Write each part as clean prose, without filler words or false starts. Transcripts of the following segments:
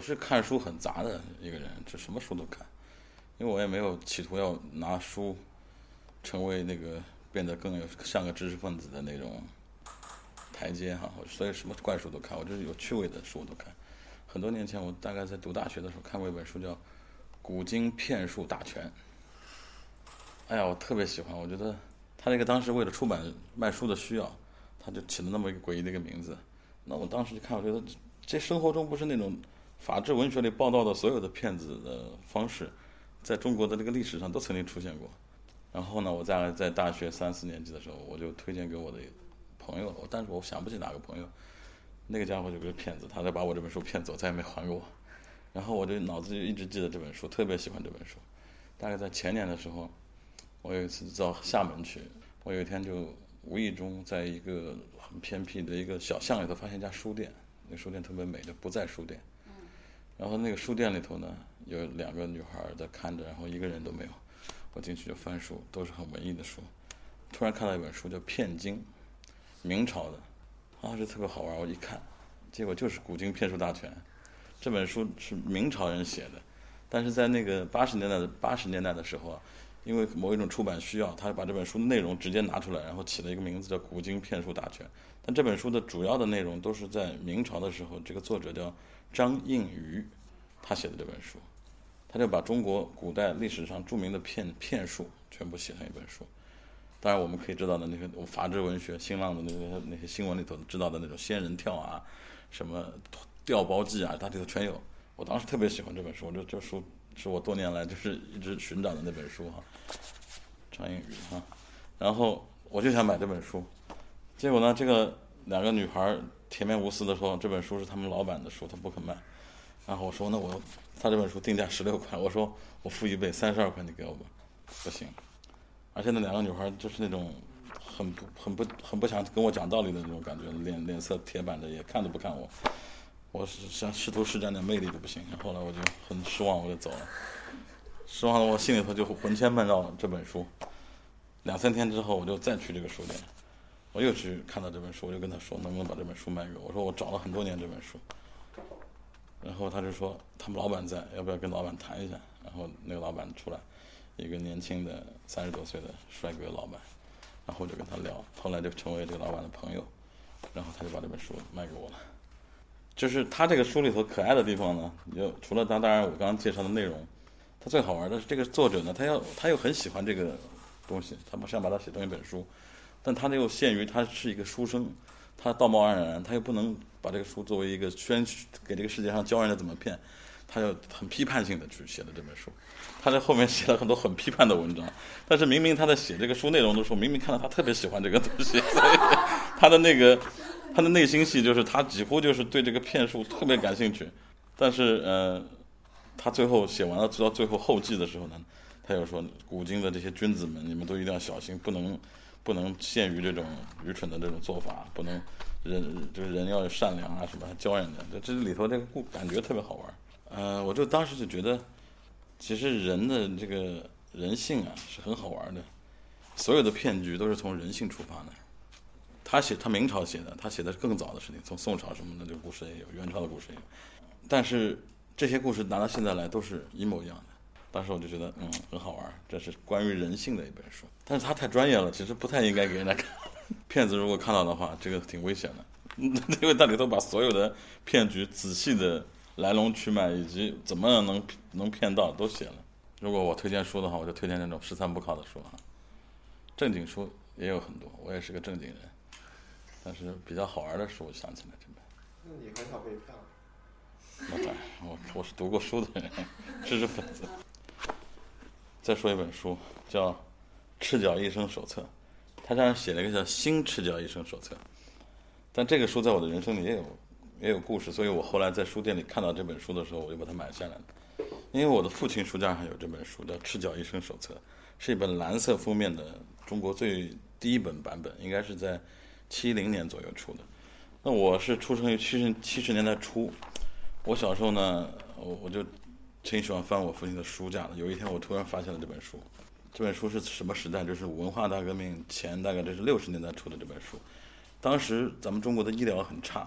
是看书很杂的一个人，这什么书都看，因为我也没有企图要拿书成为那个变得更像个知识分子的那种台阶哈，所以什么怪书都看，我就是有趣味的书我都看。很多年前，我大概在读大学的时候看过一本书叫《古今骗术大全》。哎呀，我特别喜欢，我觉得他那个当时为了出版卖书的需要，他就起了那么一个诡异的一个名字。那我当时就看，我觉得这生活中不是那种法制文学里报道的所有的骗子的方式，在中国的这个历史上都曾经出现过。然后呢，我在大学3、4年级的时候，我就推荐给我的朋友，但是我想不起哪个朋友，那个家伙就是骗子，他在把我这本书骗走，再也没还给我。然后我就脑子就一直记得这本书，特别喜欢这本书。大概在前年的时候，我有一次到厦门去，我有一天就无意中在一个很偏僻的一个小巷里头发现一家书店，那个书店特别美，叫不在书店。然后那个书店里头呢，有2个女孩在看着，然后一个人都没有。我进去就翻书，都是很文艺的书。突然看到一本书叫《骗经》，明朝的，这特别好玩。我一看，结果就是《古今骗术大全》。这本书是明朝人写的，但是在那个80年代的时候因为某一种出版需要，他把这本书的内容直接拿出来，然后起了一个名字叫《古今骗术大全》。但这本书的主要的内容都是在明朝的时候，这个作者叫张应余，他写的这本书，他就把中国古代历史上著名的骗术全部写成一本书。当然我们可以知道的那个法制文学新浪的那些新闻里头知道的那种仙人跳什么调包记它里头全有。我当时特别喜欢这本书，我觉得这书是我多年来就是一直寻找的那本书张应余然后我就想买这本书，结果呢，这个2个女孩铁面无私的说这本书是他们老板的书，他不肯卖。然后我说他这本书定价16块，我说我付1倍，32块你给我吧。不行，而且那2个女孩就是那种很不想跟我讲道理的那种感觉，脸色铁板的，也看都不看我。我是想试图施展点魅力都不行，后来我就很失望，我就走了。失望的我心里头就魂牵梦绕这本书。2、3天之后，我就再去这个书店，我又去看到这本书，我就跟他说能不能把这本书卖给我。我说我找了很多年这本书，然后他就说他们老板在，要不要跟老板谈一下。然后那个老板出来，一个年轻的30多岁的帅哥老板，然后我就跟他聊，后来就成为这个老板的朋友，然后他就把这本书卖给我了。就是他这个书里头可爱的地方呢，除了他当然我刚刚介绍的内容，他最好玩的是这个作者呢，他又很喜欢这个东西，他不想把它写成一本书，但他又限于他是一个书生，他道貌岸然，他又不能把这个书作为一个给这个世界上教人家怎么骗，他又很批判性的去写的这本书。他在后面写了很多很批判的文章，但是明明他在写这个书内容的时候，明明看到他特别喜欢这个东西，所以他的内心戏就是他几乎就是对这个骗术特别感兴趣。但是他最后写完了，直到最后后记的时候呢，他又说古今的这些君子们，你们都一定要小心，不能陷于这种愚蠢的这种做法，不能人要有善良什么教人家，这里头这个感觉特别好玩。我就当时就觉得，其实人的这个人性是很好玩的，所有的骗局都是从人性出发的。他明朝写的，他写的是更早的事情，从宋朝什么的这个故事也有，元朝的故事也有，但是这些故事拿到现在来都是一模一样的。当时我就觉得很好玩，这是关于人性的一本书，但是他太专业了，其实不太应该给人家看。骗子如果看到的话，这个挺危险的，因为他里头把所有的骗局仔细的来龙去脉以及怎么能骗到都写了。如果我推荐书的话，我就推荐那种13不考的书正经书也有很多，我也是个正经人，但是比较好玩的书我想起来这本。 那你很少被骗了？ 那当然，我是读过书的人，知识分子。再说一本书叫《赤脚医生手册》，他这样写了一个叫《新赤脚医生手册》，但这个书在我的人生里也有故事，所以我后来在书店里看到这本书的时候，我就把它买下来了。因为我的父亲书架上有这本书叫《赤脚医生手册》，是一本蓝色封面的中国第一本版本，应该是在70年左右出的。那我是出生于70年代初，我小时候呢，我就挺喜欢翻我父亲的书架的。有一天我突然发现了这本书，这本书是什么时代？就是文化大革命前，大概这是60年代出的这本书。当时咱们中国的医疗很差，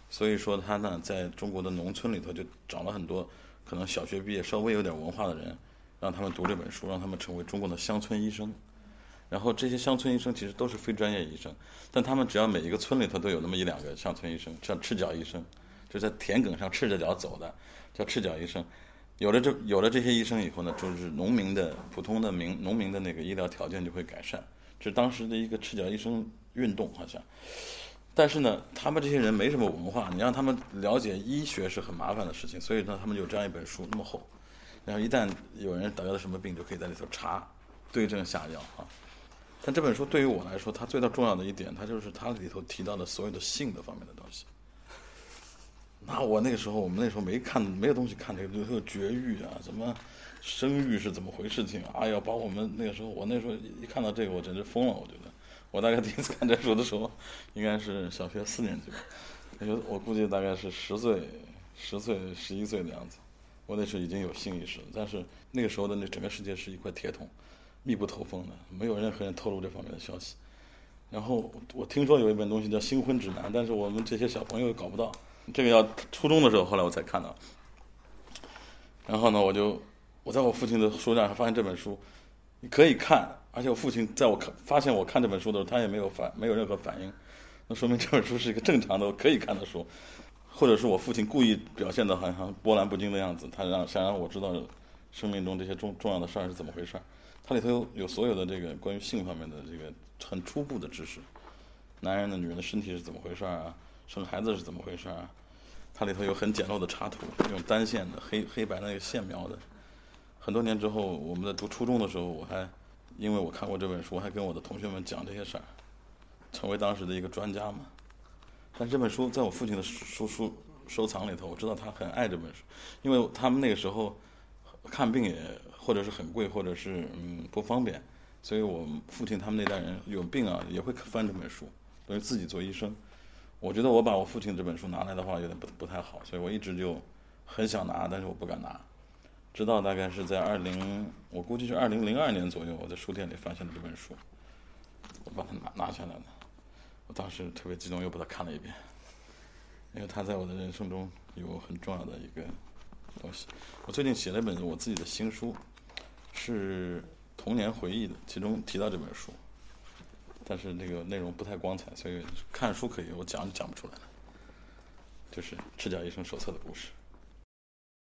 所以说他呢在中国的农村里头就找了很多可能小学毕业稍微有点文化的人，让他们读这本书，让他们成为中国的乡村医生。然后这些乡村医生其实都是非专业医生，但他们只要每一个村里头都有那么1-2个乡村医生，叫赤脚医生，就在田埂上赤着脚走的，叫赤脚医生。有了这些医生以后呢，就是普通的农民的那个医疗条件就会改善，这是当时的一个赤脚医生运动好像。但是呢，他们这些人没什么文化，你让他们了解医学是很麻烦的事情，所以呢，他们有这样一本书那么厚，然后一旦有人得了什么病，就可以在里头查，对症下药啊。但这本书对于我来说，它最重要的一点，它就是它里头提到的所有的性的方面的东西。那我们那时候没有东西看，这个有绝育啊，什么生育是怎么回事情，哎呀，把我那时候一看到这个，我简直疯了。我觉得我大概第一次看这书的时候，应该是小学4年级吧，我估计大概是10岁、11岁的样子。我那时候已经有性意识了，但是那个时候的整个世界是一块铁桶，密不透风的，没有任何人透露这方面的消息。然后我听说有一本东西叫《新婚指南》，但是我们这些小朋友搞不到，这个要初中的时候，后来我才看到。然后呢，我在我父亲的书架上发现这本书，你可以看，而且我父亲发现我看这本书的时候，他也没有任何反应，那说明这本书是一个正常的可以看的书。或者是我父亲故意表现的好像波澜不惊的样子，他想让我知道生命中这些重要的事儿是怎么回事。它里头有所有的这个关于性方面的这个很初步的知识，男人的女人的身体是怎么回事啊，生孩子是怎么回事啊。它里头有很简陋的插图，用单线的黑白的那个线描的。很多年之后，我们在读初中的时候，因为我看过这本书，我还跟我的同学们讲这些事儿，成为当时的一个专家嘛。但这本书在我父亲的书收藏里头，我知道他很爱这本书，因为他们那个时候看病也或者是很贵，或者是不方便，所以我父亲他们那代人有病啊也会翻这本书，等于自己做医生。我觉得我把我父亲这本书拿来的话有点不太好，所以我一直就很想拿，但是我不敢拿。直到大概是在我估计是2002年左右，我在书店里发现了这本书，我把它拿下来了。我当时特别激动，又把它看了一遍，因为它在我的人生中有很重要的一个东西。我最近写了一本我自己的新书，是童年回忆的，其中提到这本书，但是这个内容不太光彩，所以看书可以，我讲不出来了。就是赤脚医生手册的故事。